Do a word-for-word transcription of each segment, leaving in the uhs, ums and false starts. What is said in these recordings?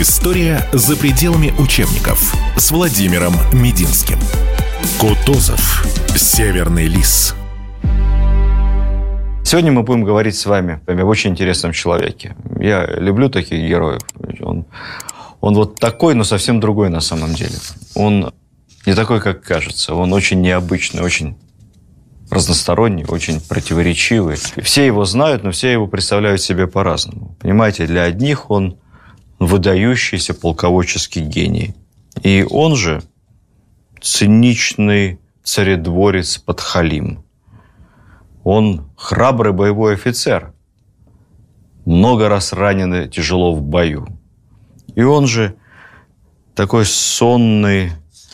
История за пределами учебников с Владимиром Мединским. Кутузов. Северный лис. Сегодня мы будем говорить с вами об очень интересном человеке. Я люблю таких героев. Он, он вот такой, но совсем другой на самом деле. Он не такой, как кажется. Он очень необычный, очень разносторонний, очень противоречивый. Все его знают, но все его представляют себе по-разному. Понимаете, для одних он выдающийся полководческий гений. И он же циничный царедворец Подхалим. Он храбрый боевой офицер, много раз раненый тяжело в бою. И он же такой сонный,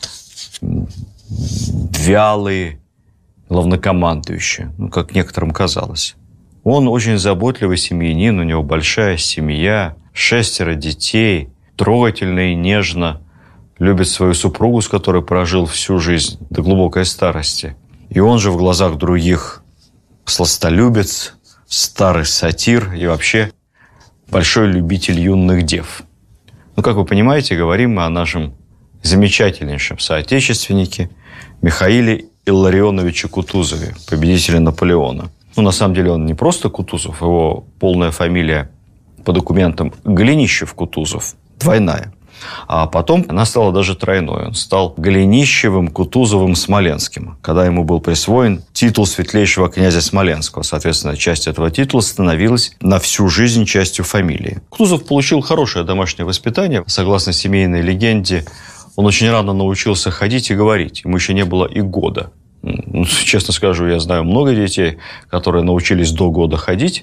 вялый главнокомандующий, ну, как некоторым казалось. Он очень заботливый семьянин, у него большая семья, шестеро детей, трогательно и нежно любит свою супругу, с которой прожил всю жизнь до глубокой старости. И он же в глазах других сластолюбец, старый сатир и вообще большой любитель юных дев. Ну, как вы понимаете, говорим мы о нашем замечательнейшем соотечественнике Михаиле Илларионовиче Кутузове, победителе Наполеона. Ну, на самом деле, он не просто Кутузов, его полная фамилия по документам Голенищев-Кутузов, двойная. А потом она стала даже тройной. Он стал Голенищевым, Кутузовым, Смоленским, когда ему был присвоен титул светлейшего князя Смоленского. Соответственно, часть этого титула становилась на всю жизнь частью фамилии. Кутузов получил хорошее домашнее воспитание. Согласно семейной легенде, он очень рано научился ходить и говорить. Ему еще не было и года. Ну, честно скажу, я знаю много детей, которые научились до года ходить.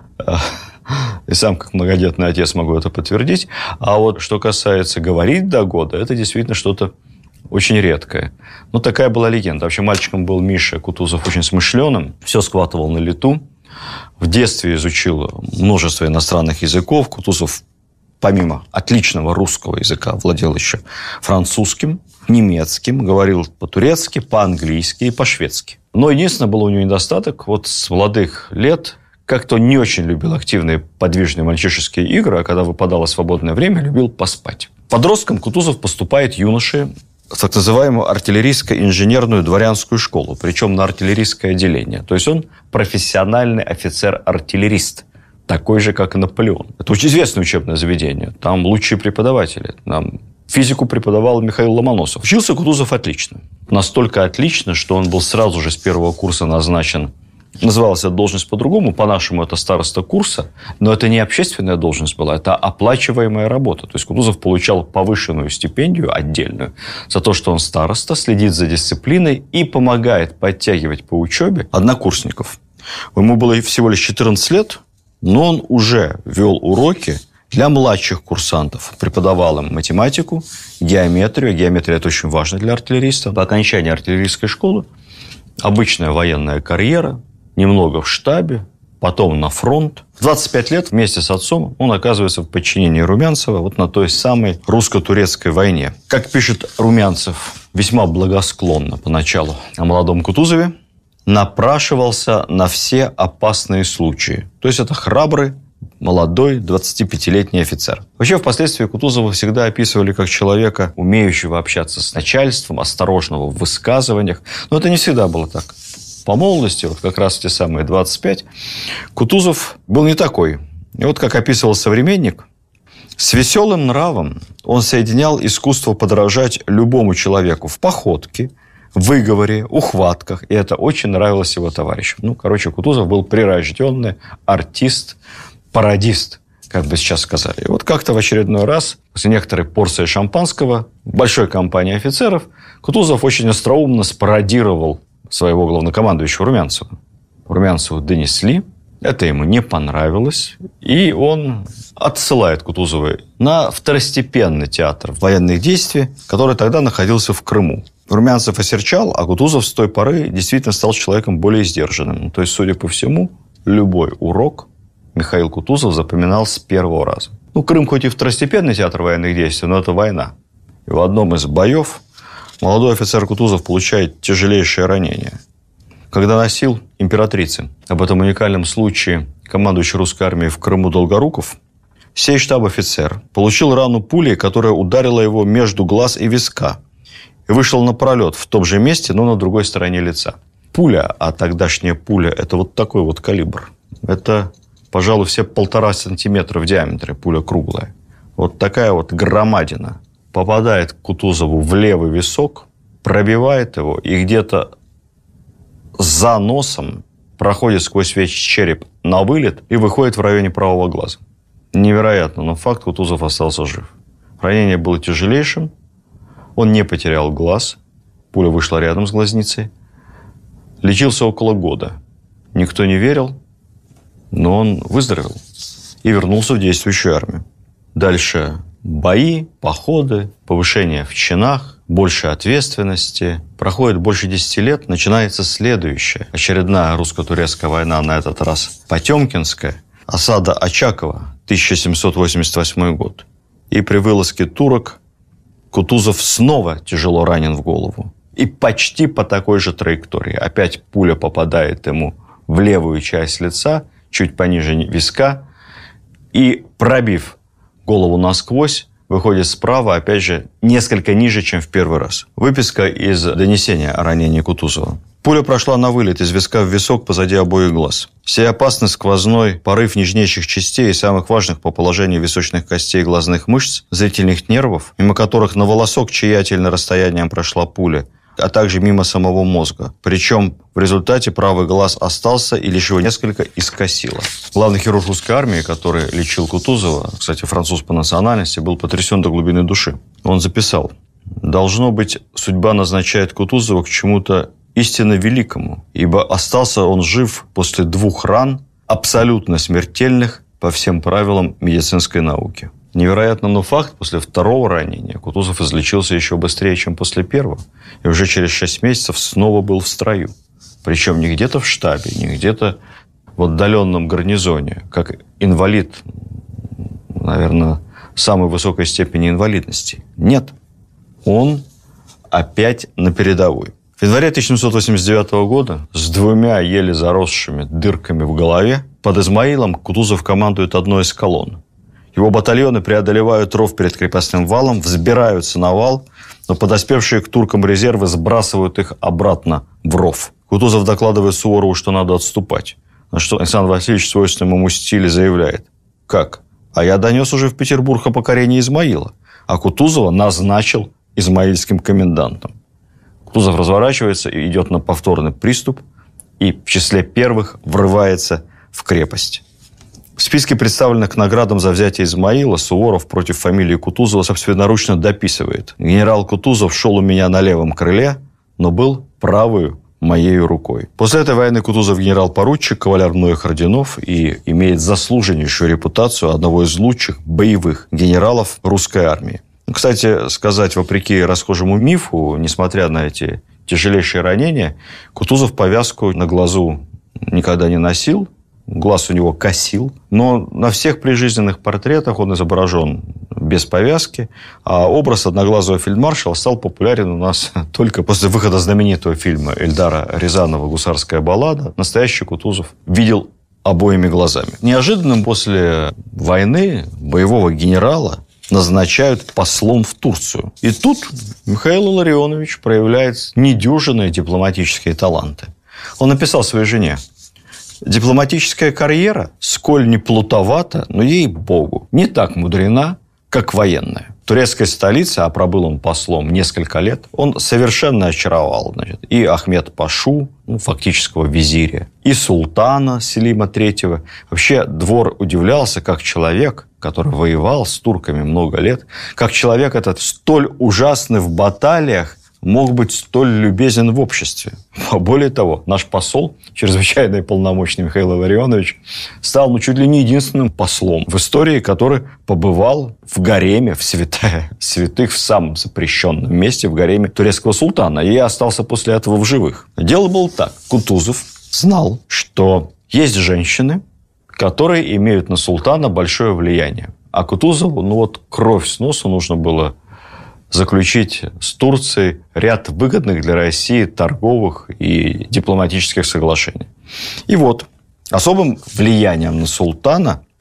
И сам, как многодетный отец, могу это подтвердить. А вот что касается говорить до года, это действительно что-то очень редкое. Ну, такая была легенда. Вообще, мальчиком был Миша Кутузов очень смышленым. Все схватывал на лету. В детстве изучил множество иностранных языков. Кутузов, помимо отличного русского языка, владел еще французским, немецким, говорил по-турецки, по-английски и по-шведски. Но единственное, был у него недостаток. Вот с молодых лет как-то не очень любил активные подвижные мальчишеские игры, а когда выпадало свободное время, любил поспать. Подростком Кутузов поступает юноше в так называемую артиллерийско-инженерную дворянскую школу, причем на артиллерийское отделение. То есть он профессиональный офицер-артиллерист, такой же, как и Наполеон. Это очень известное учебное заведение. Там лучшие преподаватели. Там физику преподавал Михаил Ломоносов. Учился Кутузов отлично. Настолько отлично, что он был сразу же с первого курса назначен. Называлась эта должность по-другому, по-нашему это староста курса, но это не общественная должность была, это оплачиваемая работа. То есть Кутузов получал повышенную стипендию отдельную за то, что он староста, следит за дисциплиной и помогает подтягивать по учебе однокурсников. Ему было всего лишь четырнадцать лет, но он уже вел уроки для младших курсантов. Преподавал им математику, геометрию. Геометрия – это очень важно для артиллериста. По окончании артиллерийской школы обычная военная карьера, немного в штабе, потом на фронт. В двадцать пять лет вместе с отцом он оказывается в подчинении Румянцева вот на той самой русско-турецкой войне. Как пишет Румянцев, весьма благосклонно поначалу о молодом Кутузове, напрашивался на все опасные случаи. То есть это храбрый, молодой, двадцатипятилетний офицер. Вообще, впоследствии Кутузова всегда описывали как человека, умеющего общаться с начальством, осторожного в высказываниях. Но это не всегда было так. По молодости, вот как раз те самые двадцать пять, Кутузов был не такой. И вот как описывал современник, с веселым нравом он соединял искусство подражать любому человеку в походке, выговоре, ухватках. И это очень нравилось его товарищам. Ну, короче, Кутузов был прирожденный артист, пародист, как бы сейчас сказали. И вот как-то в очередной раз, после некоторой порции шампанского, в большой компании офицеров, Кутузов очень остроумно спародировал своего главнокомандующего Румянцева. Румянцеву донесли, это ему не понравилось, и он отсылает Кутузова на второстепенный театр военных действий, который тогда находился в Крыму. Румянцев осерчал, а Кутузов с той поры действительно стал человеком более сдержанным. То есть, судя по всему, любой урок Михаил Кутузов запоминал с первого раза. Ну, Крым хоть и второстепенный театр военных действий, но это война. И в одном из боев молодой офицер Кутузов получает тяжелейшее ранение. Когда носил императрице об этом уникальном случае командующий русской армией в Крыму Долгоруков, Сей штаб-офицер получил рану пулей, которая ударила его между глаз и виска, и вышел на пролет в том же месте, но на другой стороне лица. Пуля, а тогдашняя пуля, это вот такой вот калибр. Это, пожалуй, все полтора сантиметра в диаметре, пуля круглая. Вот такая вот громадина попадает Кутузову в левый висок, пробивает его и где-то за носом проходит сквозь весь череп на вылет и выходит в районе правого глаза. Невероятно, но факт: Кутузов остался жив. Ранение было тяжелейшим, он не потерял глаз, пуля вышла рядом с глазницей. Лечился около года. Никто не верил, но он выздоровел и вернулся в действующую армию. Дальше бои, походы, повышение в чинах, больше ответственности. Проходит больше десяти лет, начинается следующая. Очередная русско-турецкая война, на этот раз Потемкинская. Осада Очакова, тысяча семьсот восемьдесят восьмой год. И при вылазке турок Кутузов снова тяжело ранен в голову. И почти по такой же траектории. Опять пуля попадает ему в левую часть лица, чуть пониже виска. И, пробив голову насквозь, выходит справа, опять же, несколько ниже, чем в первый раз. Выписка из донесения о ранении Кутузова. Пуля прошла на вылет из виска в висок позади обоих глаз. Сей опасный сквозной порыв нежнейших частей и самых важных по положению височных костей и глазных мышц, зрительных нервов, мимо которых на волосок чаятельно расстоянием прошла пуля, а также мимо самого мозга. Причем в результате правый глаз остался и лишь его несколько искосило. Главный хирург русской армии, который лечил Кутузова, кстати, француз по национальности, был потрясен до глубины души. Он записал: «Должно быть, судьба назначает Кутузова к чему-то истинно великому, ибо остался он жив после двух ран, абсолютно смертельных по всем правилам медицинской науки». Невероятно, но факт: после второго ранения Кутузов излечился еще быстрее, чем после первого. И уже через шесть месяцев снова был в строю. Причем не где-то в штабе, не где-то в отдаленном гарнизоне, как инвалид, наверное, самой высокой степени инвалидности. Нет. Он опять на передовой. В январе тысяча семьсот восемьдесят девятого года с двумя еле заросшими дырками в голове под Измаилом Кутузов командует одной из колонн. Его батальоны преодолевают ров перед крепостным валом, взбираются на вал, но подоспевшие к туркам резервы сбрасывают их обратно в ров. Кутузов докладывает Суворову, что надо отступать. На что Александр Васильевич в свойственном ему стиле заявляет: «Как? А я донес уже в Петербург о покорении Измаила, а Кутузова назначил измаильским комендантом». Кутузов разворачивается и идет на повторный приступ, и в числе первых врывается в крепость. В списке представленных к наградам за взятие Измаила Суворов против фамилии Кутузова собственноручно дописывает: «Генерал Кутузов шел у меня на левом крыле, но был правою моей рукой». После этой войны Кутузов генерал-поручик, кавалер многих орденов и имеет заслуженнейшую репутацию одного из лучших боевых генералов русской армии. Кстати сказать, вопреки расхожему мифу, несмотря на эти тяжелейшие ранения, Кутузов повязку на глазу никогда не носил. Глаз у него косил. Но на всех прижизненных портретах он изображен без повязки. А образ одноглазого фельдмаршала стал популярен у нас только после выхода знаменитого фильма Эльдара Рязанова «Гусарская баллада». Настоящий Кутузов видел обоими глазами. Неожиданным после войны боевого генерала назначают послом в Турцию. И тут Михаил Илларионович проявляет недюжинные дипломатические таланты. Он написал своей жене: «Дипломатическая карьера, сколь не плутовата, но, ей-богу, не так мудрена, как военная». В турецкой столице, а пробыл он послом несколько лет, он совершенно очаровал, значит, и Ахмед Пашу, ну, фактического визиря, и султана Селима третьего. Вообще двор удивлялся, как человек, который воевал с турками много лет, как человек этот столь ужасный в баталиях, мог быть столь любезен в обществе. Более того, наш посол, чрезвычайно полномочный Михаил Илларионович, стал ну, чуть ли не единственным послом в истории, который побывал в гареме, в святая, святых, в самом запрещенном месте, в гареме турецкого султана, и остался после этого в живых. Дело было так. Кутузов знал, что есть женщины, которые имеют на султана большое влияние. А Кутузову, ну вот, кровь с носу нужно было заключить с Турцией ряд выгодных для России торговых и дипломатических соглашений. И вот особым влиянием на султана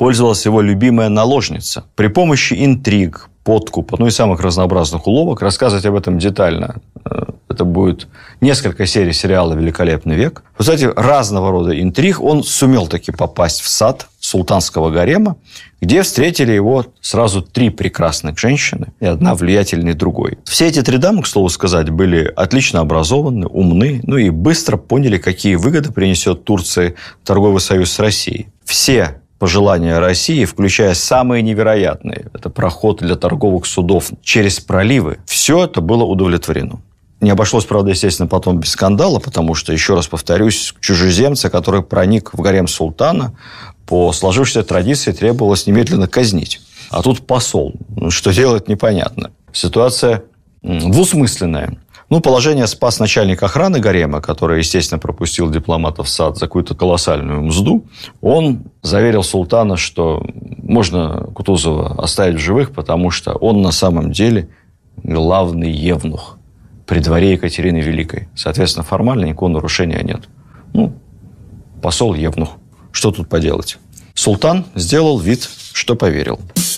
пользовалась его любимая наложница. При помощи интриг, подкупа, ну и самых разнообразных уловок, рассказывать об этом детально. Это будет несколько серий сериала «Великолепный век». Кстати, разного рода интриг он сумел таки попасть в сад султанского гарема, где встретили его сразу три прекрасных женщины и одна влиятельней другой. Все эти три дамы, к слову сказать, были отлично образованы, умны, ну и быстро поняли, какие выгоды принесет Турции торговый союз с Россией. Все пожелания России, включая самые невероятные, это проход для торговых судов через проливы, все это было удовлетворено. Не обошлось, правда, естественно, потом без скандала, потому что, еще раз повторюсь, чужеземца, который проник в гарем султана, по сложившейся традиции требовалось немедленно казнить. А тут посол. Что делать, непонятно. Ситуация двусмысленная. Ну, положение спас начальник охраны гарема, который, естественно, пропустил дипломата в сад за какую-то колоссальную мзду. Он заверил султана, что можно Кутузова оставить в живых, потому что он на самом деле главный евнух при дворе Екатерины Великой. Соответственно, формально никакого нарушения нет. Ну, посол евнух. Что тут поделать? Султан сделал вид, что поверил.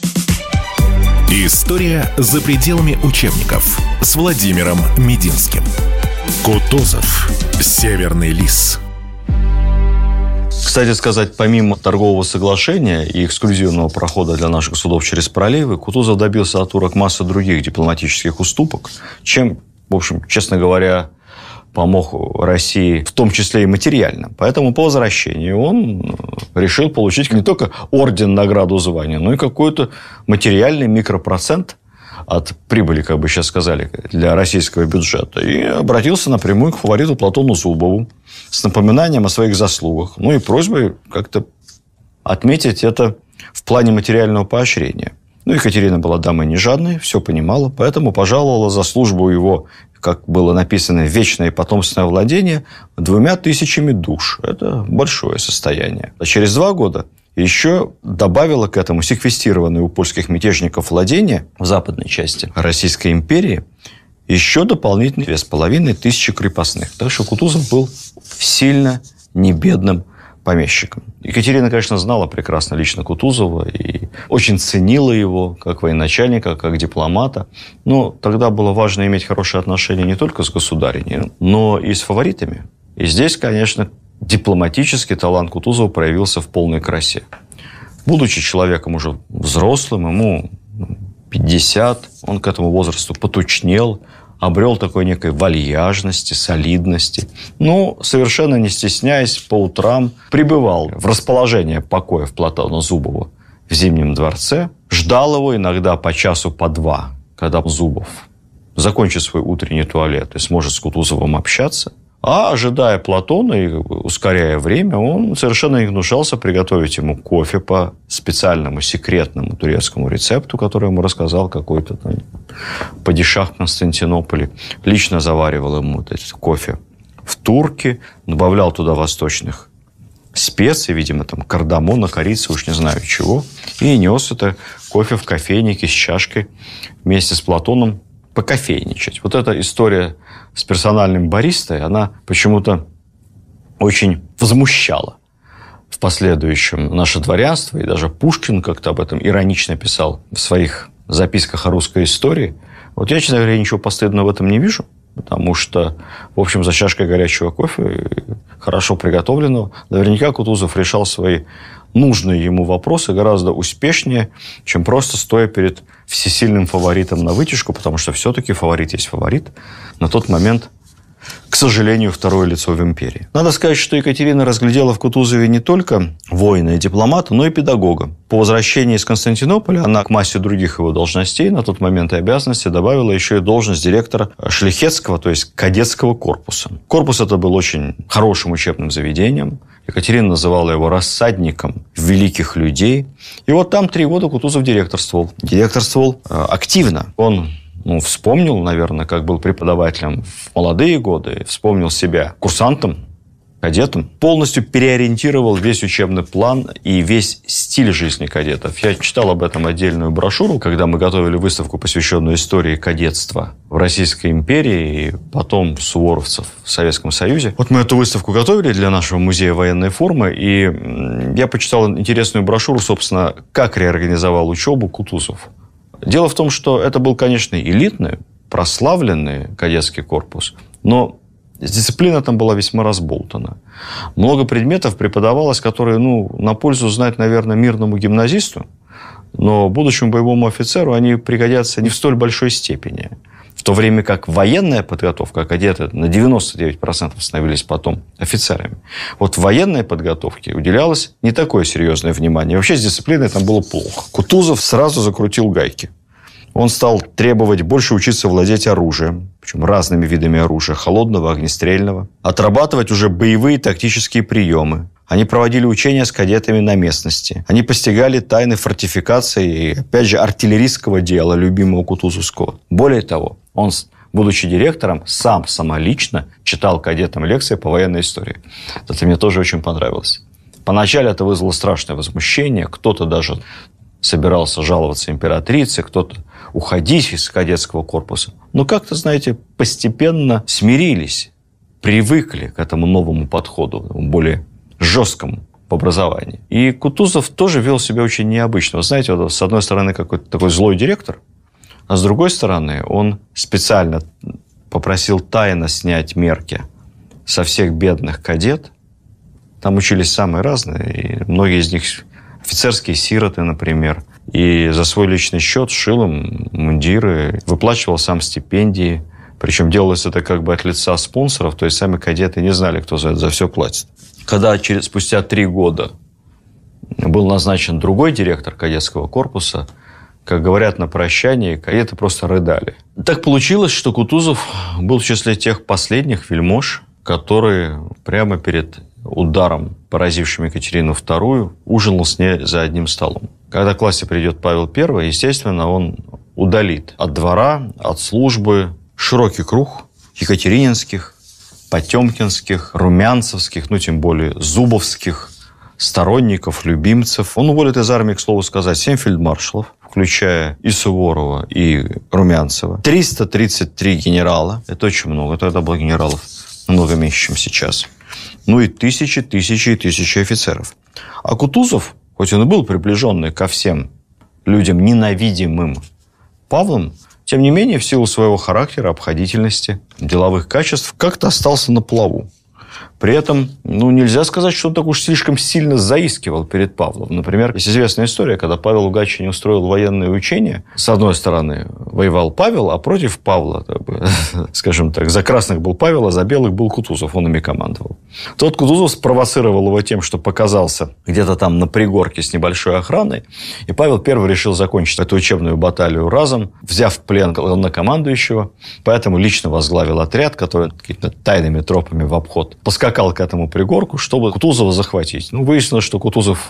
История за пределами учебников с Владимиром Мединским. Кутузов. Северный лис. Кстати сказать, помимо торгового соглашения и эксклюзивного прохода для наших судов через проливы, Кутузов добился от турок массы других дипломатических уступок, чем, в общем, честно говоря, помог России, в том числе и материально. Поэтому по возвращении он решил получить не только орден, награду, звание, но и какой-то материальный микропроцент от прибыли, как бы сейчас сказали, для российского бюджета. И обратился напрямую к фавориту Платону Зубову с напоминанием о своих заслугах. Ну и просьбой как-то отметить это в плане материального поощрения. Ну, Екатерина была дамой не жадной, все понимала, поэтому пожаловала за службу его, как было написано, вечное и потомственное владение, двумя тысячами душ. Это большое состояние. А через два года еще добавила к этому секвестированные у польских мятежников владения в западной части Российской империи еще дополнительные две с половиной тысячи крепостных. Так что Кутузов был сильно небедным помещиком. Екатерина, конечно, знала прекрасно лично Кутузова и очень ценила его как военачальника, как дипломата. Но тогда было важно иметь хорошие отношения не только с государыней, но и с фаворитами. И здесь, конечно, дипломатический талант Кутузова проявился в полной красе. Будучи человеком уже взрослым, ему пятьдесят, он к этому возрасту потучнел, обрел такой некой вальяжности, солидности. Ну, совершенно не стесняясь, по утрам пребывал в расположении покоя в Платона Зубова в Зимнем дворце. Ждал его иногда по часу, по два, когда Зубов закончит свой утренний туалет и сможет с Кутузовым общаться. А ожидая Платона и ускоряя время, он совершенно не гнушался приготовить ему кофе по специальному секретному турецкому рецепту, который ему рассказал какой-то там падишах в Константинополе. Лично заваривал ему вот этот кофе в турке, добавлял туда восточных специй, видимо, там кардамона, корицы, уж не знаю чего, и нес это кофе в кофейнике с чашкой вместе с Платоном покофейничать. Вот эта история с персональным баристой, она почему-то очень возмущала в последующем наше дворянство. И даже Пушкин как-то об этом иронично писал в своих записках о русской истории. Вот я, честно говоря, ничего постыдного в этом не вижу. Потому что, в общем, за чашкой горячего кофе, хорошо приготовленного, наверняка Кутузов решал свои нужные ему вопросы гораздо успешнее, чем просто стоя перед всесильным фаворитом на вытяжку, потому что все-таки фаворит есть фаворит. На тот момент, к сожалению, второе лицо в империи. Надо сказать, что Екатерина разглядела в Кутузове не только воина и дипломата, но и педагога. По возвращении из Константинополя она к массе других его должностей на тот момент и обязанностей добавила еще и должность директора шляхетского, то есть кадетского корпуса. Корпус это был очень хорошим учебным заведением. Екатерина называла его рассадником великих людей. И вот там три года Кутузов директорствовал. Директорствовал э, активно. Он ну, вспомнил, наверное, как был преподавателем в молодые годы, вспомнил себя курсантом кадетом, полностью переориентировал весь учебный план и весь стиль жизни кадетов. Я читал об этом отдельную брошюру, когда мы готовили выставку, посвященную истории кадетства в Российской империи и потом суворовцев в Советском Союзе. Вот мы эту выставку готовили для нашего музея военной формы, и я почитал интересную брошюру, собственно, как реорганизовал учебу Кутузов. Дело в том, что это был, конечно, элитный, прославленный кадетский корпус, но дисциплина там была весьма разболтана. Много предметов преподавалось, которые, ну, на пользу знать, наверное, мирному гимназисту, но будущему боевому офицеру они пригодятся не в столь большой степени. В то время как военная подготовка, кадеты на девяносто девять процентов становились потом офицерами. Вот военной подготовке уделялось не такое серьезное внимание. Вообще с дисциплиной там было плохо. Кутузов сразу закрутил гайки. Он стал требовать больше учиться владеть оружием, причем разными видами оружия, холодного, огнестрельного, отрабатывать уже боевые тактические приемы. Они проводили учения с кадетами на местности. Они постигали тайны фортификации и, опять же, артиллерийского дела, любимого Кутузовского. Более того, он, будучи директором, сам самолично читал кадетам лекции по военной истории. Это мне тоже очень понравилось. Поначалу это вызвало страшное возмущение. Кто-то даже собирался жаловаться императрице, кто-то уходить из кадетского корпуса. Но как-то, знаете, постепенно смирились, привыкли к этому новому подходу, более жесткому в образовании. И Кутузов тоже вел себя очень необычно. Вы знаете, вот, с одной стороны, какой-то такой злой директор, а с другой стороны, он специально попросил тайно снять мерки со всех бедных кадет. Там учились самые разные, и многие из них офицерские сироты, например. И за свой личный счет шил им мундиры, выплачивал сам стипендии. Причем делалось это как бы от лица спонсоров, то есть сами кадеты не знали, кто за это за все платит. Когда через, спустя три года был назначен другой директор кадетского корпуса, как говорят на прощании, кадеты просто рыдали. Так получилось, что Кутузов был в числе тех последних вельмож, которые прямо перед ударом, поразившим Екатерину вторую, ужинал с ней за одним столом. Когда к власти придет Павел Первый, естественно, он удалит от двора, от службы широкий круг екатерининских, потемкинских, румянцевских, ну, тем более зубовских сторонников, любимцев. Он уволит из армии, к слову сказать, семь фельдмаршалов, включая и Суворова, и Румянцева. триста тридцать три генерала. Это очень много. Тогда было генералов намного меньше, чем сейчас. Ну и тысячи, тысячи и тысячи офицеров. А Кутузов, хоть он и был приближенный ко всем людям, ненавидимым Павлом, тем не менее, в силу своего характера, обходительности, деловых качеств, как-то остался на плаву. При этом, ну, нельзя сказать, что он так уж слишком сильно заискивал перед Павлом. Например, есть известная история, когда Павел в Гатчине устроил военные учения. С одной стороны воевал Павел, а против Павла, так бы, скажем так, за красных был Павел, а за белых был Кутузов, он ими командовал. Тот Кутузов спровоцировал его тем, что показался где-то там на пригорке с небольшой охраной, и Павел Первый решил закончить эту учебную баталию разом, взяв в плен главнокомандующего, поэтому лично возглавил отряд, который какими-то тайными тропами в обход поскакал к этому пригорку, чтобы Кутузова захватить. Ну, выяснилось, что Кутузов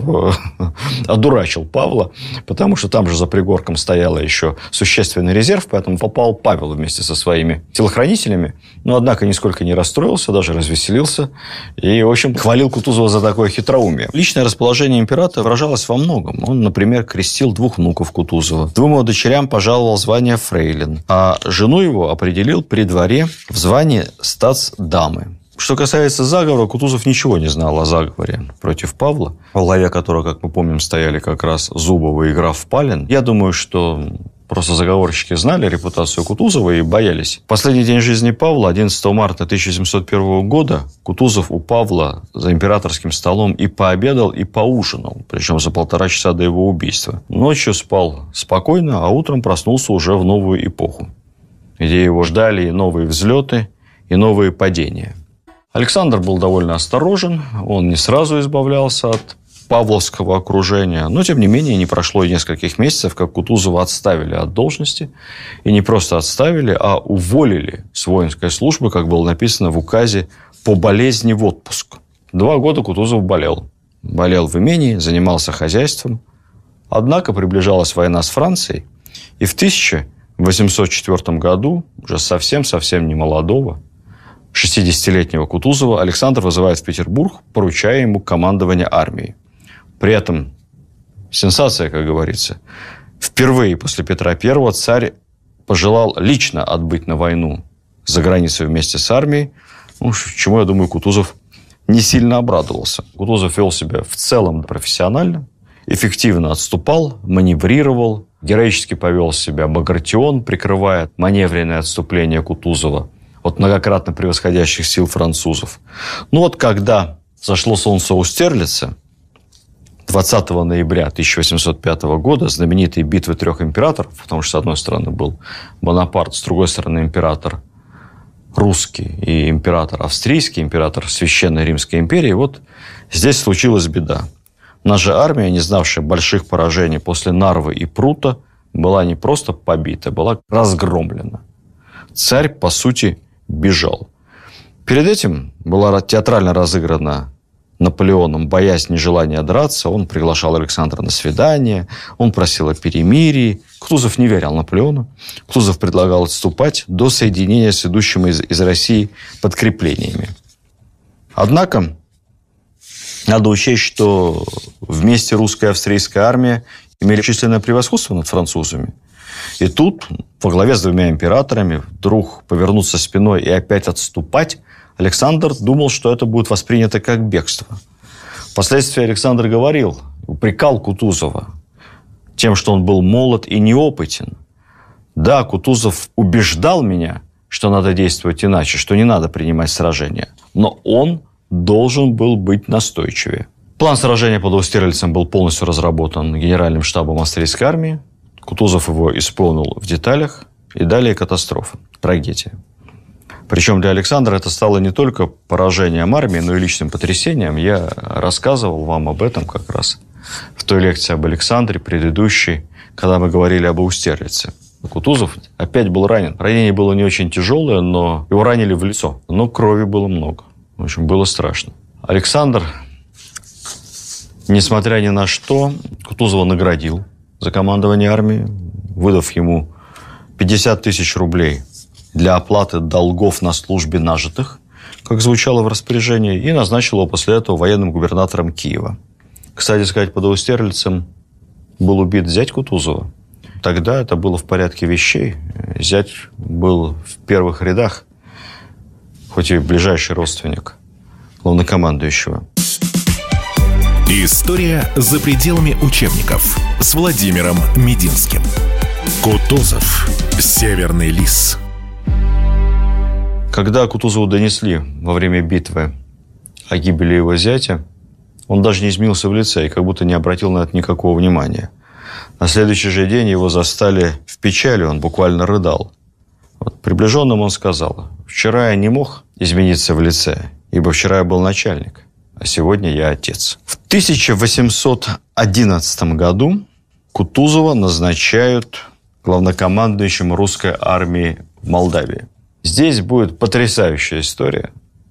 одурачил Павла, потому что там же за пригорком стоял еще существенный резерв, поэтому попал Павел вместе со своими телохранителями. Но, однако, нисколько не расстроился, даже развеселился и, в общем, хвалил Кутузова за такое хитроумие. Личное расположение императора выражалось во многом. Он, например, крестил двух внуков Кутузова. Двум его дочерям пожаловал звание фрейлин, а жену его определил при дворе в звании статсдамы. Что касается заговора, Кутузов ничего не знал о заговоре против Павла, во главе которого, как мы помним, стояли как раз Зубова и граф Палин. Я думаю, что просто заговорщики знали репутацию Кутузова и боялись. В последний день жизни Павла, одиннадцатого марта тысяча семьсот первого года, Кутузов у Павла за императорским столом и пообедал, и поужинал, причем за полтора часа до его убийства. Ночью спал спокойно, а утром проснулся уже в новую эпоху, где его ждали и новые взлеты, и новые падения. Александр был довольно осторожен, он не сразу избавлялся от павловского окружения, но, тем не менее, не прошло и нескольких месяцев, как Кутузова отставили от должности, и не просто отставили, а уволили с воинской службы, как было написано в указе, по болезни в отпуск. Два года Кутузов болел. Болел в имении, занимался хозяйством. Однако приближалась война с Францией, и в тысяча восемьсот четвёртом году, уже совсем-совсем не молодого, шестидесятилетнего Кутузова Александр вызывает в Петербург, поручая ему командование армией. При этом сенсация, как говорится. Впервые после Петра Первого царь пожелал лично отбыть на войну за границей вместе с армией, ну, чему, я думаю, Кутузов не сильно обрадовался. Кутузов вел себя в целом профессионально, эффективно отступал, маневрировал, героически повел себя Багратион, прикрывая маневренное отступление Кутузова от многократно превосходящих сил французов. Но вот когда зашло солнце у Стерлица, двадцатого ноября тысяча восемьсот пятого года, знаменитой битвы трех императоров, потому что, с одной стороны, был Бонапарт, с другой стороны, император русский и император австрийский, император Священной Римской империи, вот здесь случилась беда. Наша армия, не знавшая больших поражений после Нарвы и Прута, была не просто побита, была разгромлена. Царь, по сути, бежал. Перед этим была театрально разыграна Наполеоном боязнь нежелания драться. Он приглашал Александра на свидание, он просил о перемирии. Кутузов не верил Наполеону. Кутузов предлагал отступать до соединения с идущими из, из России подкреплениями. Однако надо учесть, что вместе русская и австрийская армия имели численное превосходство над французами. И тут, во главе с двумя императорами, вдруг повернуться спиной и опять отступать, Александр думал, что это будет воспринято как бегство. Впоследствии Александр говорил, упрекал Кутузова тем, что он был молод и неопытен. Да, Кутузов убеждал меня, что надо действовать иначе, что не надо принимать сражения. Но он должен был быть настойчивее. План сражения под Аустерлицем был полностью разработан генеральным штабом австрийской армии. Кутузов его исполнил в деталях. И далее катастрофа, трагедия. Причем для Александра это стало не только поражением армии, но и личным потрясением. Я рассказывал вам об этом как раз в той лекции об Александре, предыдущей, когда мы говорили об Аустерлице. Кутузов опять был ранен. Ранение было не очень тяжелое, но его ранили в лицо. Но крови было много. В общем, было страшно. Александр, несмотря ни на что, Кутузова наградил за командование армией, выдав ему пятьдесят тысяч рублей для оплаты долгов на службе нажитых, как звучало в распоряжении, и назначил его после этого военным губернатором Киева. Кстати сказать, под Аустерлицем был убит зять Кутузова. Тогда это было в порядке вещей. Зять был в первых рядах, хоть и ближайший родственник главнокомандующего. История за пределами учебников с Владимиром Мединским. Кутузов. Северный лис. Когда Кутузову донесли во время битвы о гибели его зятя, он даже не изменился в лице и как будто не обратил на это никакого внимания. На следующий же день его застали в печали, он буквально рыдал. Вот приближенным он сказал: «Вчера я не мог измениться в лице, ибо вчера я был начальник, а сегодня я отец». В тысяча восемьсот одиннадцатом году Кутузова назначают главнокомандующим русской армии в Молдавии. Здесь будет потрясающая история.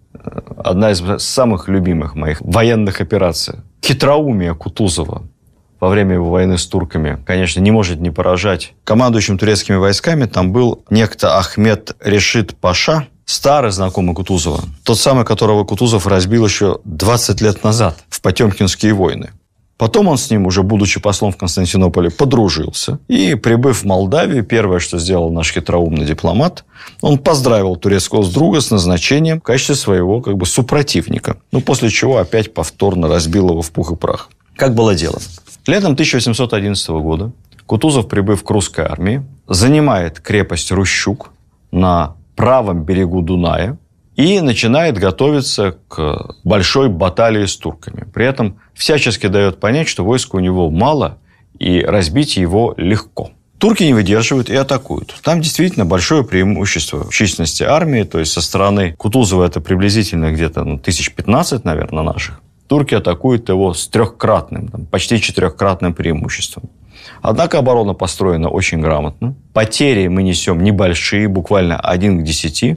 Одна из самых любимых моих военных операций. Хитроумие Кутузова во время его войны с турками, конечно, не может не поражать. Командующим турецкими войсками там был некто Ахмед Решит Паша, старый знакомый Кутузова. Тот самый, которого Кутузов разбил еще двадцать лет назад в Потемкинские войны. Потом он с ним, уже будучи послом в Константинополе, подружился. И, прибыв в Молдавию, первое, что сделал наш хитроумный дипломат, он поздравил турецкого друга с назначением в качестве своего как бы супротивника. Ну, после чего опять повторно разбил его в пух и прах. Как было дело? Летом тысяча восемьсот одиннадцатого года Кутузов, прибыв к русской армии, занимает крепость Рущук на правом берегу Дуная и начинает готовиться к большой баталии с турками. При этом всячески дает понять, что войска у него мало и разбить его легко. Турки не выдерживают и атакуют. Там действительно большое преимущество в численности армии. То есть со стороны Кутузова это приблизительно где-то ну, тысяч пятнадцать, наверное, наших. Турки атакуют его с трехкратным, там, почти четырехкратным преимуществом. Однако оборона построена очень грамотно. Потери мы несем небольшие, буквально один к десяти.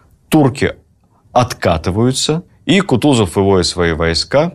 Турки откатываются, и Кутузов выводит свои войска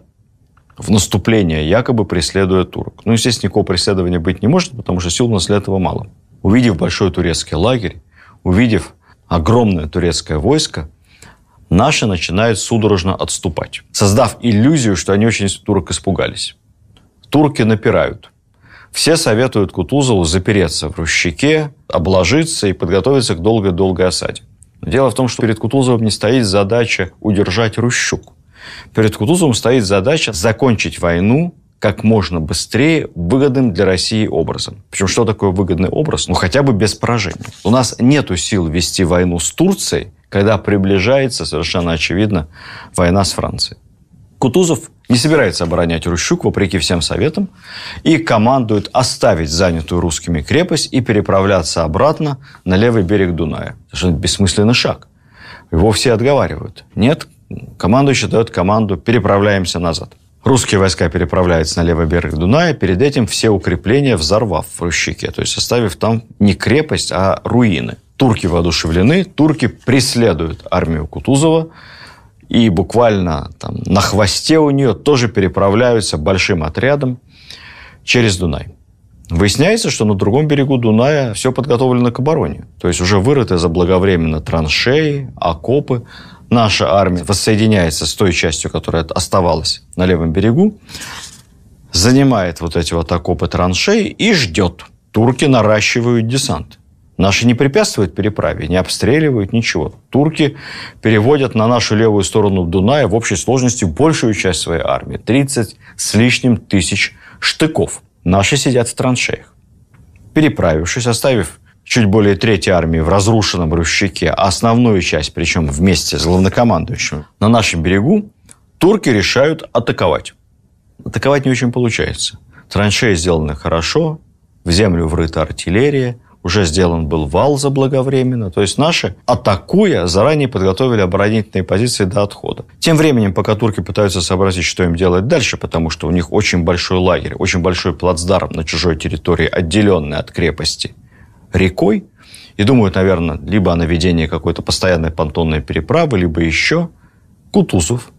в наступление, якобы преследуя турок. Ну, естественно, никакого преследования быть не может, потому что сил у нас для этого мало. Увидев большой турецкий лагерь, увидев огромное турецкое войско, наши начинают судорожно отступать, создав иллюзию, что они очень турок испугались. Турки напирают. Все советуют Кутузову запереться в Рущике, обложиться и подготовиться к долгой-долгой осаде. Но дело в том, что перед Кутузовым не стоит задача удержать Рущук. Перед Кутузовым стоит задача закончить войну как можно быстрее выгодным для России образом. Причем, что такое выгодный образ? Ну, хотя бы без поражения. У нас нету сил вести войну с Турцией, когда приближается, совершенно очевидно, война с Францией. Кутузов не собирается оборонять Рущук, вопреки всем советам, и командует оставить занятую русскими крепость и переправляться обратно на левый берег Дуная. Совершенно бессмысленный шаг. Его все отговаривают. Нет, командующий дает команду «переправляемся назад». Русские войска переправляются на левый берег Дуная, перед этим все укрепления взорвав в Рущике, то есть оставив там не крепость, а руины. Турки воодушевлены, турки преследуют армию Кутузова, и буквально там, на хвосте у нее тоже переправляются большим отрядом через Дунай. Выясняется, что на другом берегу Дуная все подготовлено к обороне. То есть уже вырыты заблаговременно траншеи, окопы. Наша армия воссоединяется с той частью, которая оставалась на левом берегу, занимает вот эти вот окопы траншеи и ждет. Турки наращивают десант. Наши не препятствуют переправе, не обстреливают, ничего. Турки переводят на нашу левую сторону Дуная в общей сложности большую часть своей армии. тридцать с лишним тысяч штыков. Наши сидят в траншеях. Переправившись, оставив чуть более трети армии в разрушенном Рущике, а основную часть, причем вместе с главнокомандующим, на нашем берегу, турки решают атаковать. Атаковать не очень получается. Траншеи сделаны хорошо, в землю врыта артиллерия, уже сделан был вал заблаговременно. То есть наши, атакуя, заранее подготовили оборонительные позиции до отхода. Тем временем, пока турки пытаются сообразить, что им делать дальше, потому что у них очень большой лагерь, очень большой плацдарм на чужой территории, отделенный от крепости рекой, и думают, наверное, либо о наведении какой-то постоянной понтонной переправы, либо еще, Кутузов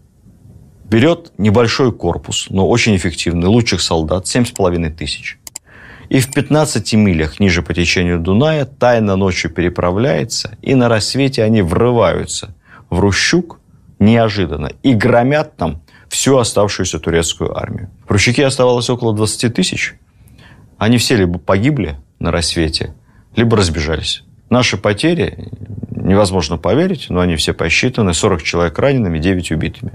берет небольшой корпус, но очень эффективный, лучших солдат, семь с половиной тысяч. И в пятнадцати милях ниже по течению Дуная тайно ночью переправляется, и на рассвете они врываются в Рущук неожиданно и громят там всю оставшуюся турецкую армию. В Рущуке оставалось около двадцати тысяч. Они все либо погибли на рассвете, либо разбежались. Наши потери, невозможно поверить, но они все посчитаны, сорок человек ранеными, девять убитыми.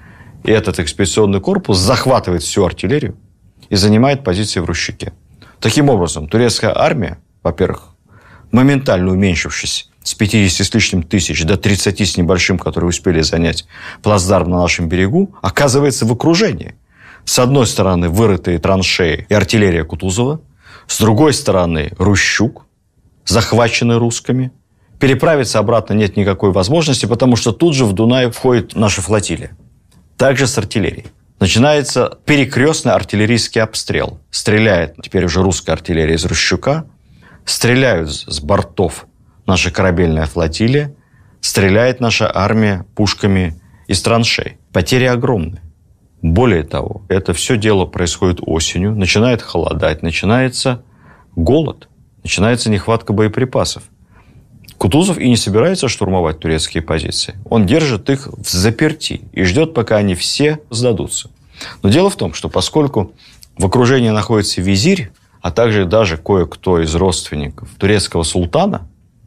И этот экспедиционный корпус захватывает всю артиллерию и занимает позиции в Рущуке. Таким образом, турецкая армия, во-первых, моментально уменьшившись с пятидесяти с лишним тысяч до тридцати с небольшим, которые успели занять плацдарм на нашем берегу, оказывается в окружении. С одной стороны, вырытые траншеи и артиллерия Кутузова, с другой стороны, Рущук, захваченный русскими. Переправиться обратно нет никакой возможности, потому что тут же в Дунай входит наша флотилия. Также с артиллерией. Начинается перекрестный артиллерийский обстрел. Стреляет теперь уже русская артиллерия из Рущука. Стреляют с бортов наша корабельная флотилия. Стреляет наша армия пушками из траншей. Потери огромные. Более того, это все дело происходит осенью. Начинает холодать, начинается голод. Начинается нехватка боеприпасов. Кутузов и не собирается штурмовать турецкие позиции. Он держит их в заперти и ждет, пока они все сдадутся. Но дело в том, что поскольку в окружении находится визирь, а также даже кое-кто из родственников турецкого султана,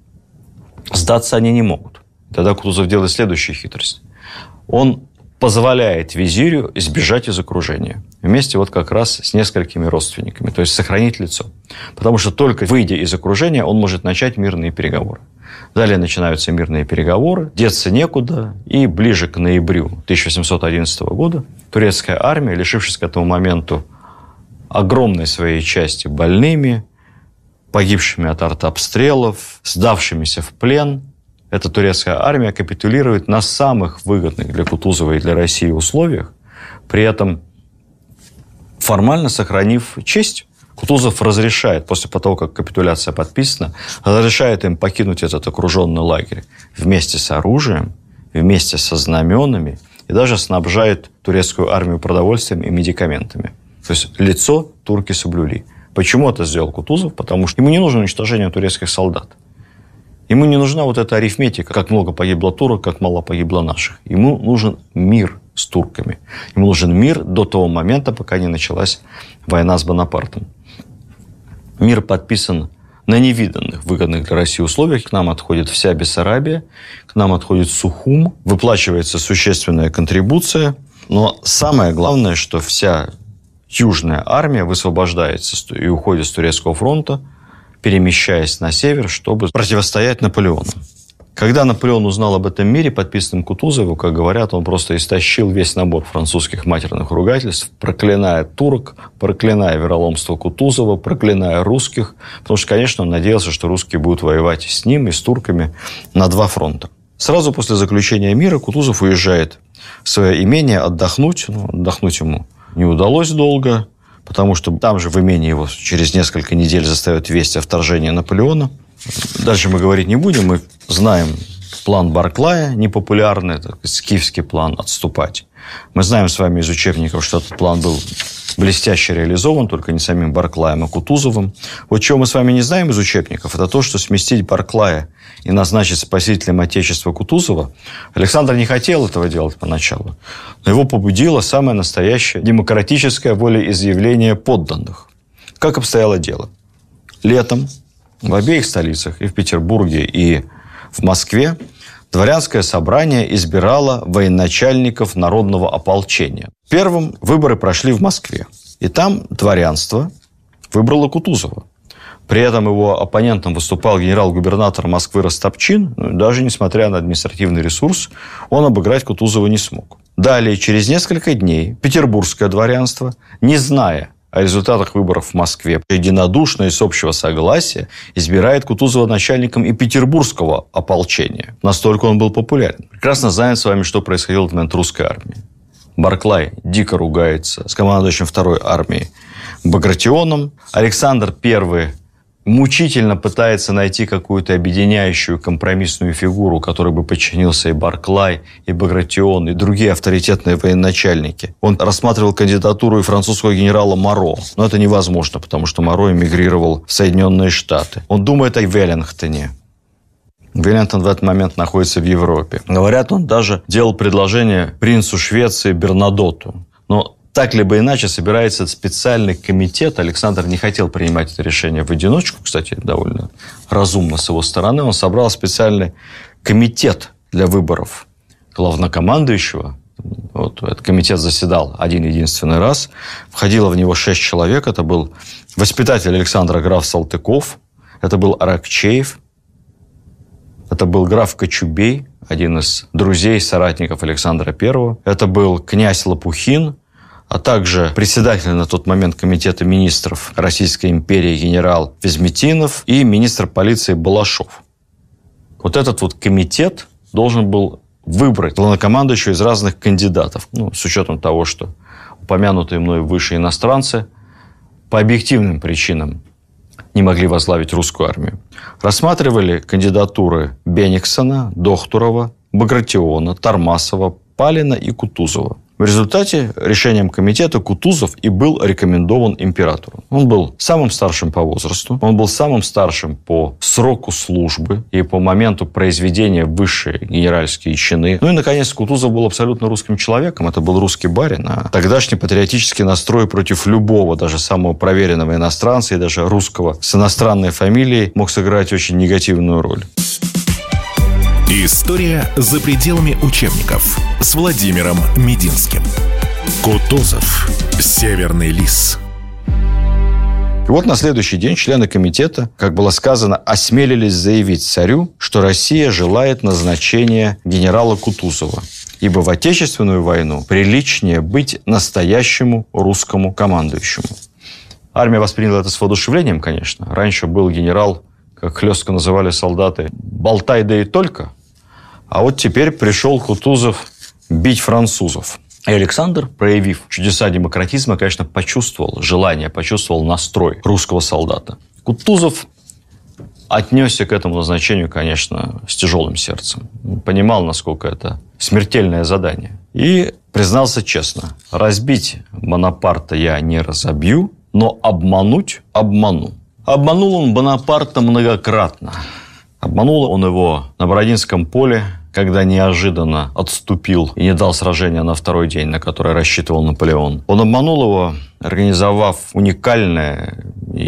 сдаться они не могут. Тогда Кутузов делает следующую хитрость. Он позволяет визирю сбежать из окружения. Вместе вот как раз с несколькими родственниками. То есть сохранить лицо. Потому что только выйдя из окружения, он может начать мирные переговоры. Далее начинаются мирные переговоры. Деться некуда. И ближе к ноябрю тысяча восемьсот одиннадцатого года турецкая армия, лишившись к этому моменту огромной своей части больными, погибшими от артобстрелов, сдавшимися в плен, эта турецкая армия капитулирует на самых выгодных для Кутузова и для России условиях, при этом формально сохранив честь. Кутузов разрешает, после того, как капитуляция подписана, разрешает им покинуть этот окруженный лагерь вместе с оружием, вместе со знаменами и даже снабжает турецкую армию продовольствием и медикаментами. То есть лицо турки соблюли. Почему это сделал Кутузов? Потому что ему не нужно уничтожение турецких солдат. Ему не нужна вот эта арифметика, как много погибло турок, как мало погибло наших. Ему нужен мир с турками. Ему нужен мир до того момента, пока не началась война с Бонапартом. Мир подписан на невиданных, выгодных для России условиях. К нам отходит вся Бессарабия, к нам отходит Сухум, выплачивается существенная контрибуция. Но самое главное, что вся Южная армия высвобождается и уходит с Турецкого фронта, перемещаясь на север, чтобы противостоять Наполеону. Когда Наполеон узнал об этом мире, подписанном Кутузову, как говорят, он просто истощил весь набор французских матерных ругательств, проклиная турок, проклиная вероломство Кутузова, проклиная русских, потому что, конечно, он надеялся, что русские будут воевать с ним и с турками на два фронта. Сразу после заключения мира Кутузов уезжает в свое имение отдохнуть. Ну, отдохнуть ему не удалось долго, потому что там же в имении его через несколько недель застает весть о вторжении Наполеона. Дальше мы говорить не будем. Мы знаем план Барклая, непопулярный, это скифский план отступать. Мы знаем с вами из учебников, что этот план был блестяще реализован, только не самим Барклаем, а Кутузовым. Вот чего мы с вами не знаем из учебников, это то, что сместить Барклая и назначить спасителем Отечества Кутузова Александр не хотел этого делать поначалу. Но его побудило самое настоящее демократическое волеизъявление подданных. Как обстояло дело? Летом в обеих столицах, и в Петербурге, и в Москве, дворянское собрание избирало военачальников народного ополчения. Первым выборы прошли в Москве. И там дворянство выбрало Кутузова. При этом его оппонентом выступал генерал-губернатор Москвы Растопчин. Даже несмотря на административный ресурс, он обыграть Кутузова не смог. Далее, через несколько дней, петербургское дворянство, не зная о результатах выборов в Москве, единодушно и с общего согласия избирает Кутузова начальником и петербургского ополчения. Настолько он был популярен. Прекрасно знаем с вами, что происходило в момент русской армии. Барклай дико ругается с командующим второй армией Багратионом. Александр Первый мучительно пытается найти какую-то объединяющую компромиссную фигуру, которой бы подчинился и Барклай, и Багратион, и другие авторитетные военачальники. Он рассматривал кандидатуру и французского генерала Моро. Но это невозможно, потому что Моро эмигрировал в Соединенные Штаты. Он думает о Веллингтоне. Веллингтон в этот момент находится в Европе. Говорят, он даже делал предложение принцу Швеции Бернадотту. Но так либо иначе собирается специальный комитет. Александр не хотел принимать это решение в одиночку. Кстати, довольно разумно с его стороны. Он собрал специальный комитет для выборов главнокомандующего. Вот этот комитет заседал один-единственный раз. Входило в него шесть человек. Это был воспитатель Александра граф Салтыков. Это был Аракчеев. Это был граф Кочубей, один из друзей, соратников Александра Первого. Это был князь Лопухин, а также председатель на тот момент комитета министров Российской империи генерал Везметинов и министр полиции Балашов. Вот этот вот комитет должен был выбрать главнокомандующего из разных кандидатов. Ну, с учетом того, что упомянутые мной выше иностранцы по объективным причинам не могли возглавить русскую армию. Рассматривали кандидатуры Бениксона, Дохтурова, Багратиона, Тармасова, Палина и Кутузова. В результате решением комитета Кутузов и был рекомендован императору. Он был самым старшим по возрасту, он был самым старшим по сроку службы и по моменту произведения высшие генеральские чины. Ну и, наконец, Кутузов был абсолютно русским человеком, это был русский барин, а тогдашний патриотический настрой против любого, даже самого проверенного иностранца и даже русского с иностранной фамилией мог сыграть очень негативную роль. История за пределами учебников с Владимиром Мединским. Кутузов. Северный лис. И вот на следующий день члены комитета, как было сказано, осмелились заявить царю, что Россия желает назначения генерала Кутузова. Ибо в Отечественную войну приличнее быть настоящему русскому командующему. Армия восприняла это с воодушевлением, конечно. Раньше был генерал, как хлестко называли солдаты, болтай да и только. А вот теперь пришел Кутузов бить французов. И Александр, проявив чудеса демократизма, конечно, почувствовал желание, почувствовал настрой русского солдата. Кутузов отнесся к этому назначению, конечно, с тяжелым сердцем. Понимал, насколько это смертельное задание. И признался честно: разбить Бонапарта я не разобью, но обмануть обману. Обманул он Бонапарта многократно. Обманул он его на Бородинском поле, когда неожиданно отступил и не дал сражения на второй день, на которое рассчитывал Наполеон. Он обманул его, организовав уникальное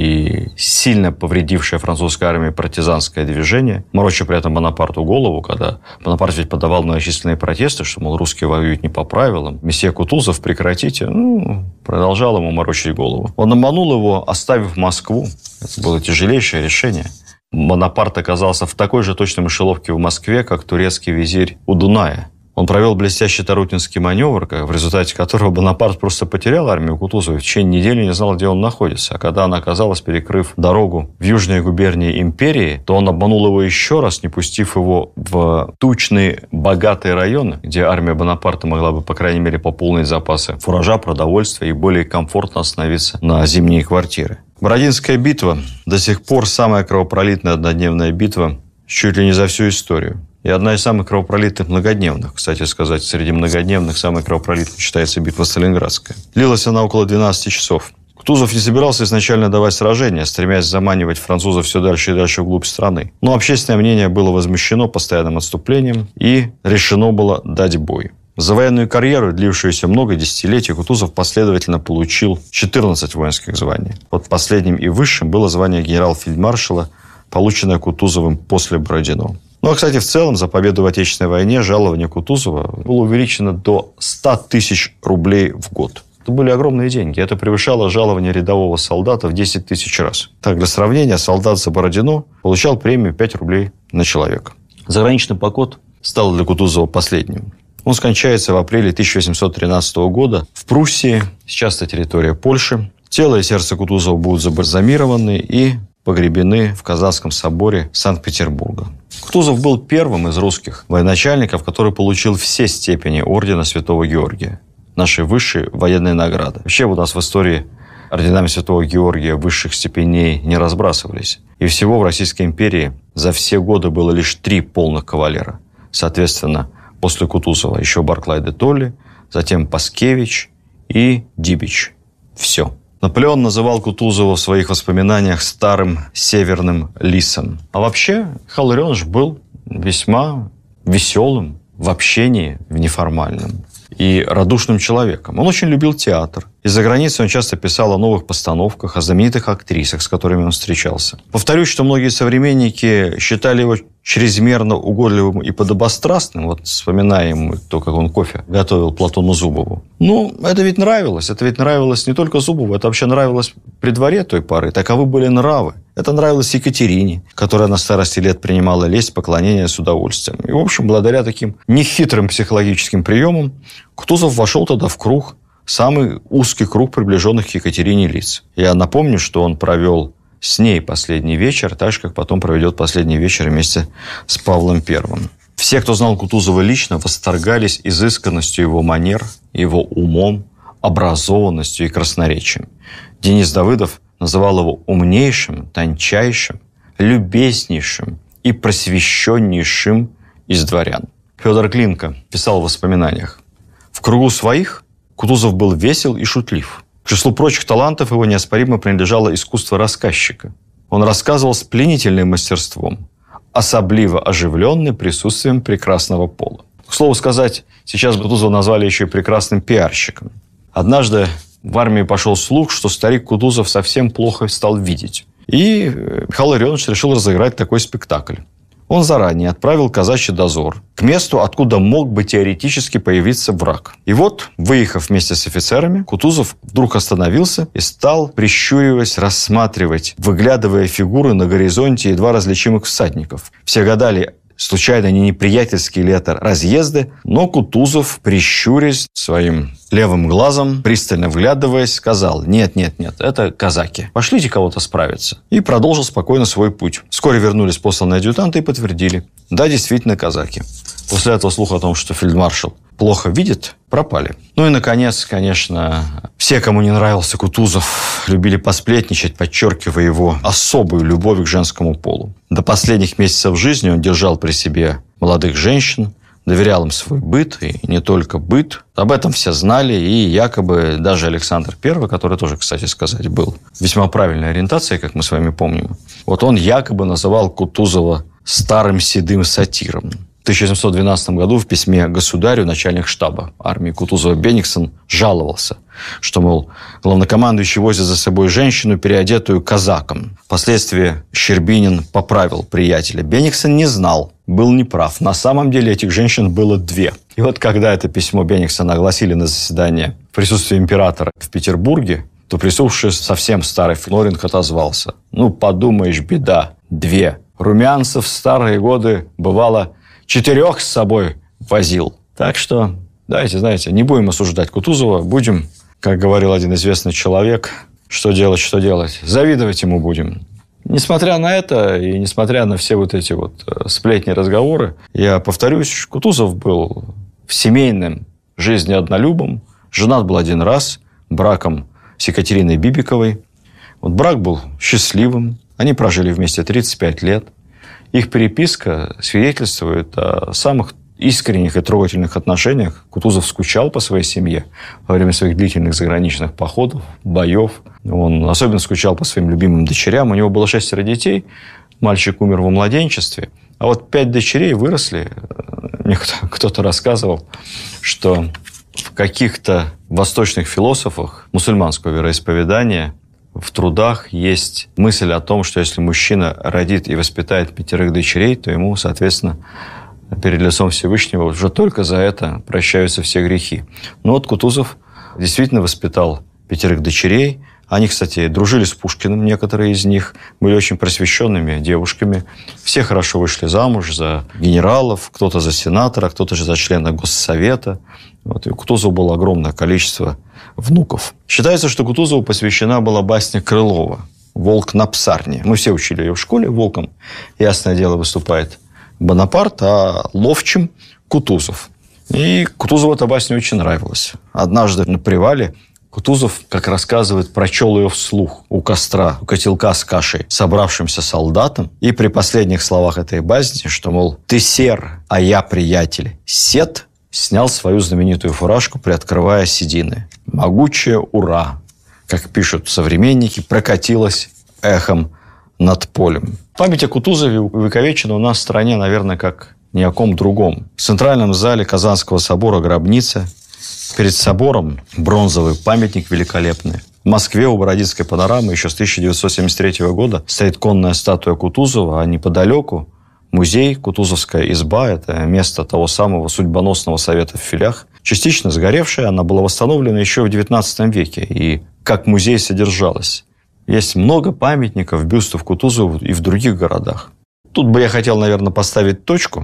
и сильно повредившее французской армии партизанское движение, мороча при этом Бонапарту голову, когда Бонапарт ведь подавал многочисленные протесты, что, мол, русские воюют не по правилам. Месье Кутузов, прекратите. Ну, продолжал ему морочить голову. Он обманул его, оставив Москву. Это было тяжелейшее решение. Бонапарт оказался в такой же точной мышеловке в Москве, как турецкий визирь у Дуная. Он провел блестящий тарутинский маневр, в результате которого Бонапарт просто потерял армию Кутузова и в течение недели не знал, где он находится. А когда она оказалась, перекрыв дорогу в южные губернии империи, то он обманул его еще раз, не пустив его в тучные, богатые районы, где армия Бонапарта могла бы, по крайней мере, пополнить запасы фуража, продовольствия и более комфортно остановиться на зимние квартиры. Бородинская битва до сих пор самая кровопролитная однодневная битва чуть ли не за всю историю. И одна из самых кровопролитных многодневных. Кстати сказать, среди многодневных самой кровопролитной считается битва Сталинградская. Длилась она около двенадцати часов. Кутузов не собирался изначально давать сражения, стремясь заманивать французов все дальше и дальше вглубь страны. Но общественное мнение было возмущено постоянным отступлением, и решено было дать бой. За военную карьеру, длившуюся много десятилетий, Кутузов последовательно получил четырнадцать воинских званий. Под последним и высшим было звание генерал-фельдмаршала, полученное Кутузовым после Бородино. Ну, а, кстати, в целом, за победу в Отечественной войне жалование Кутузова было увеличено до ста тысяч рублей в год. Это были огромные деньги. Это превышало жалование рядового солдата в десять тысяч раз. Так, для сравнения, солдат за Бородино получал премию пять рублей на человека. Заграничный поход стал для Кутузова последним. Он скончается в апреле тысяча восемьсот тринадцатого года в Пруссии, сейчас это территория Польши. Тело и сердце Кутузова будут забальзамированы и погребены в Казанском соборе Санкт-Петербурга. Кутузов был первым из русских военачальников, который получил все степени ордена Святого Георгия, нашей высшей военной награды. Вообще у нас в истории орденами Святого Георгия высших степеней не разбрасывались. И всего в Российской империи за все годы было лишь три полных кавалера. Соответственно, после Кутузова еще Барклай де Толли, затем Паскевич и Дибич. Все. Наполеон называл Кутузова в своих воспоминаниях старым северным лисом. А вообще, Михаил Ларионович был весьма веселым в общении, в неформальном, и радушным человеком. Он очень любил театр. Из-за границы он часто писал о новых постановках, о знаменитых актрисах, с которыми он встречался. Повторюсь, что многие современники считали его чрезмерно угодливым и подобострастным. Вот вспоминаем то, как он кофе готовил Платону Зубову. Ну, это ведь нравилось. Это ведь нравилось не только Зубову, это вообще нравилось при дворе той поры. Таковы были нравы. Это нравилось Екатерине, которая на старости лет принимала лесть, поклонение с удовольствием. И, в общем, благодаря таким нехитрым психологическим приемам Кутузов вошел тогда в круг, самый узкий круг приближенных к Екатерине лиц. Я напомню, что он провел с ней последний вечер, так же, как потом проведет последний вечер вместе с Павлом Первым. Все, кто знал Кутузова лично, восторгались изысканностью его манер, его умом, образованностью и красноречием. Денис Давыдов называл его умнейшим, тончайшим, любезнейшим и просвещеннейшим из дворян. Федор Глинка писал в воспоминаниях: «В кругу своих Кутузов был весел и шутлив. К числу прочих талантов его неоспоримо принадлежало искусство рассказчика. Он рассказывал с пленительным мастерством, особливо оживленный присутствием прекрасного пола». К слову сказать, сейчас Кутузова назвали еще и прекрасным пиарщиком. Однажды в армии пошел слух, что старик Кутузов совсем плохо стал видеть. И Михаил Ларионович решил разыграть такой спектакль. Он заранее отправил казачий дозор к месту, откуда мог бы теоретически появиться враг. И вот, выехав вместе с офицерами, Кутузов вдруг остановился и стал, прищуриваясь, рассматривать, выглядывая фигуры на горизонте едва различимых всадников. Все гадали, случайно не неприятельские ли это разъезды, но Кутузов, прищурясь своим левым глазом, пристально вглядываясь, сказал: «Нет, нет, нет, это казаки. Пошлите кого-то справиться». И продолжил спокойно свой путь. Вскоре вернулись посланные адъютанты и подтвердили: да, действительно, казаки. После этого слух о том, что фельдмаршал плохо видит, пропали. Ну и, наконец, конечно, все, кому не нравился Кутузов, любили посплетничать, подчеркивая его особую любовь к женскому полу. До последних месяцев жизни он держал при себе молодых женщин, доверял им свой быт, и не только быт. Об этом все знали, и якобы даже Александр Первый, который тоже, кстати сказать, был весьма правильной ориентацией, как мы с вами помним, вот он якобы называл Кутузова старым седым сатиром. В тысяча семьсот двенадцатом году в письме государю начальник штаба армии Кутузова-Бенниксон жаловался, что, мол, главнокомандующий возит за собой женщину, переодетую казаком. Впоследствии Щербинин поправил приятеля. Бенниксон не знал, был неправ. На самом деле этих женщин было две. И вот когда это письмо Бенниксона огласили на заседании в присутствии императора в Петербурге, то присутствующий совсем старый Флоринг отозвался. Ну, подумаешь, беда, две. Румянцев в старые годы, бывало, четырех с собой возил. Так что, давайте, знаете, не будем осуждать Кутузова, будем, как говорил один известный человек, что делать, что делать. Завидовать ему будем. Несмотря на это и несмотря на все вот эти вот сплетни, разговоры, я повторюсь, Кутузов был в семейном жизни однолюбом, женат был один раз, браком с Екатериной Бибиковой. Вот брак был счастливым, они прожили вместе тридцать пять лет. Их переписка свидетельствует о самых искренних и трогательных отношениях. Кутузов скучал по своей семье во время своих длительных заграничных походов, боев. Он особенно скучал по своим любимым дочерям. У него было шестеро детей. Мальчик умер во младенчестве. А вот пять дочерей выросли. Мне кто-то рассказывал, что в каких-то восточных философах мусульманского вероисповедания в трудах есть мысль о том, что если мужчина родит и воспитает пятерых дочерей, то ему, соответственно, перед лицом Всевышнего уже только за это прощаются все грехи. Но вот Кутузов действительно воспитал пятерых дочерей. Они, кстати, дружили с Пушкиным, некоторые из них, были очень просвещенными девушками. Все хорошо вышли замуж за генералов, кто-то за сенатора, кто-то же за члена Госсовета. Вот. И у Кутузова было огромное количество внуков. Считается, что Кутузову посвящена была басня Крылова «Волк на псарне». Мы все учили ее в школе. Волком, ясное дело, выступает Бонапарт, а ловчим – Кутузов. И Кутузову эта басня очень нравилась. Однажды на привале Кутузов, как рассказывает, прочел ее вслух у костра, у котелка с кашей, собравшимся солдатам. И при последних словах этой басни, что, мол, «ты сер, а я, приятель, сет», снял свою знаменитую фуражку, приоткрывая седины. «Могучее ура», как пишут современники, прокатилось эхом над полем. Память о Кутузове увековечена у нас в стране, наверное, как ни о ком другом. В центральном зале Казанского собора гробница. Перед собором бронзовый памятник великолепный. В Москве у Бородинской панорамы еще с тысяча девятьсот семьдесят третьего года стоит конная статуя Кутузова, а неподалеку музей «Кутузовская изба». Это место того самого судьбоносного совета в Филях. Частично сгоревшая, она была восстановлена еще в девятнадцатом веке. И как музей содержалась. Есть много памятников, бюстов Кутузову и в других городах. Тут бы я хотел, наверное, поставить точку,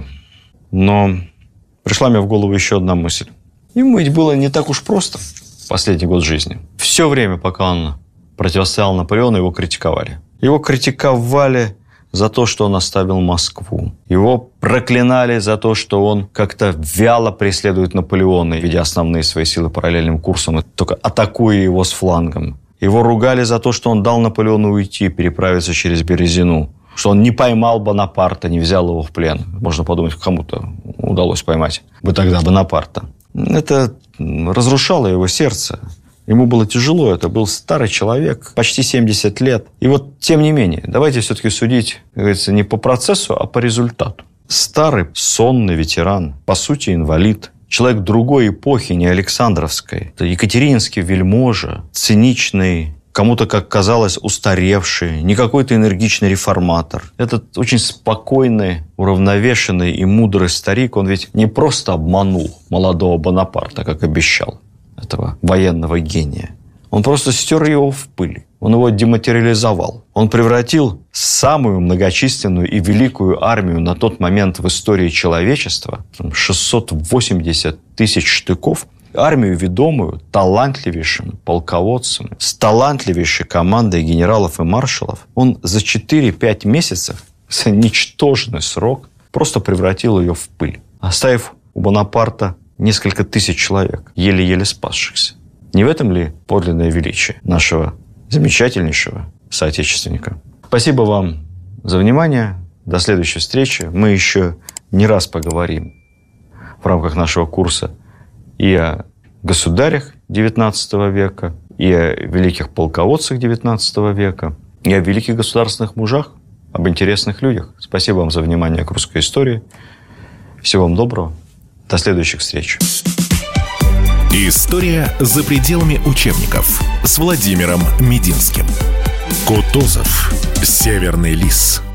но пришла мне в голову еще одна мысль. Ему ведь было не так уж просто в последний год жизни. Все время, пока он противостоял Наполеону, его критиковали. Его критиковали за то, что он оставил Москву. Его проклинали за то, что он как-то вяло преследует Наполеона, ведя основные свои силы параллельным курсом, только атакуя его с флангом. Его ругали за то, что он дал Наполеону уйти, переправиться через Березину. Что он не поймал Бонапарта, не взял его в плен. Можно подумать, кому-то удалось поймать бы тогда Бонапарта. Это разрушало его сердце. Ему было тяжело. Это был старый человек, почти семьдесят лет. И вот, тем не менее, давайте все-таки судить, как говорится, не по процессу, а по результату. Старый, сонный ветеран, по сути, инвалид. Человек другой эпохи, не Александровской. Это екатерининский вельможа, циничный, кому-то, как казалось, устаревший, не какой-то энергичный реформатор. Этот очень спокойный, уравновешенный и мудрый старик, он ведь не просто обманул молодого Бонапарта, как обещал, этого военного гения. Он просто стер его в пыль. Он его дематериализовал. Он превратил самую многочисленную и великую армию на тот момент в истории человечества, шестьсот восемьдесят тысяч штыков, армию, ведомую талантливейшим полководцем, с талантливейшей командой генералов и маршалов, он за четыре-пять месяцев, за ничтожный срок, просто превратил ее в пыль, оставив у Бонапарта несколько тысяч человек, еле-еле спасшихся. Не в этом ли подлинное величие нашего замечательнейшего соотечественника? Спасибо вам за внимание. До следующей встречи. Мы еще не раз поговорим в рамках нашего курса и о государях девятнадцатого века, и о великих полководцах девятнадцатого века, и о великих государственных мужах об интересных людях. Спасибо вам за внимание к русской истории. Всего вам доброго. До следующих встреч. История за пределами учебников с Владимиром Мединским. Кутузов. Северный лис.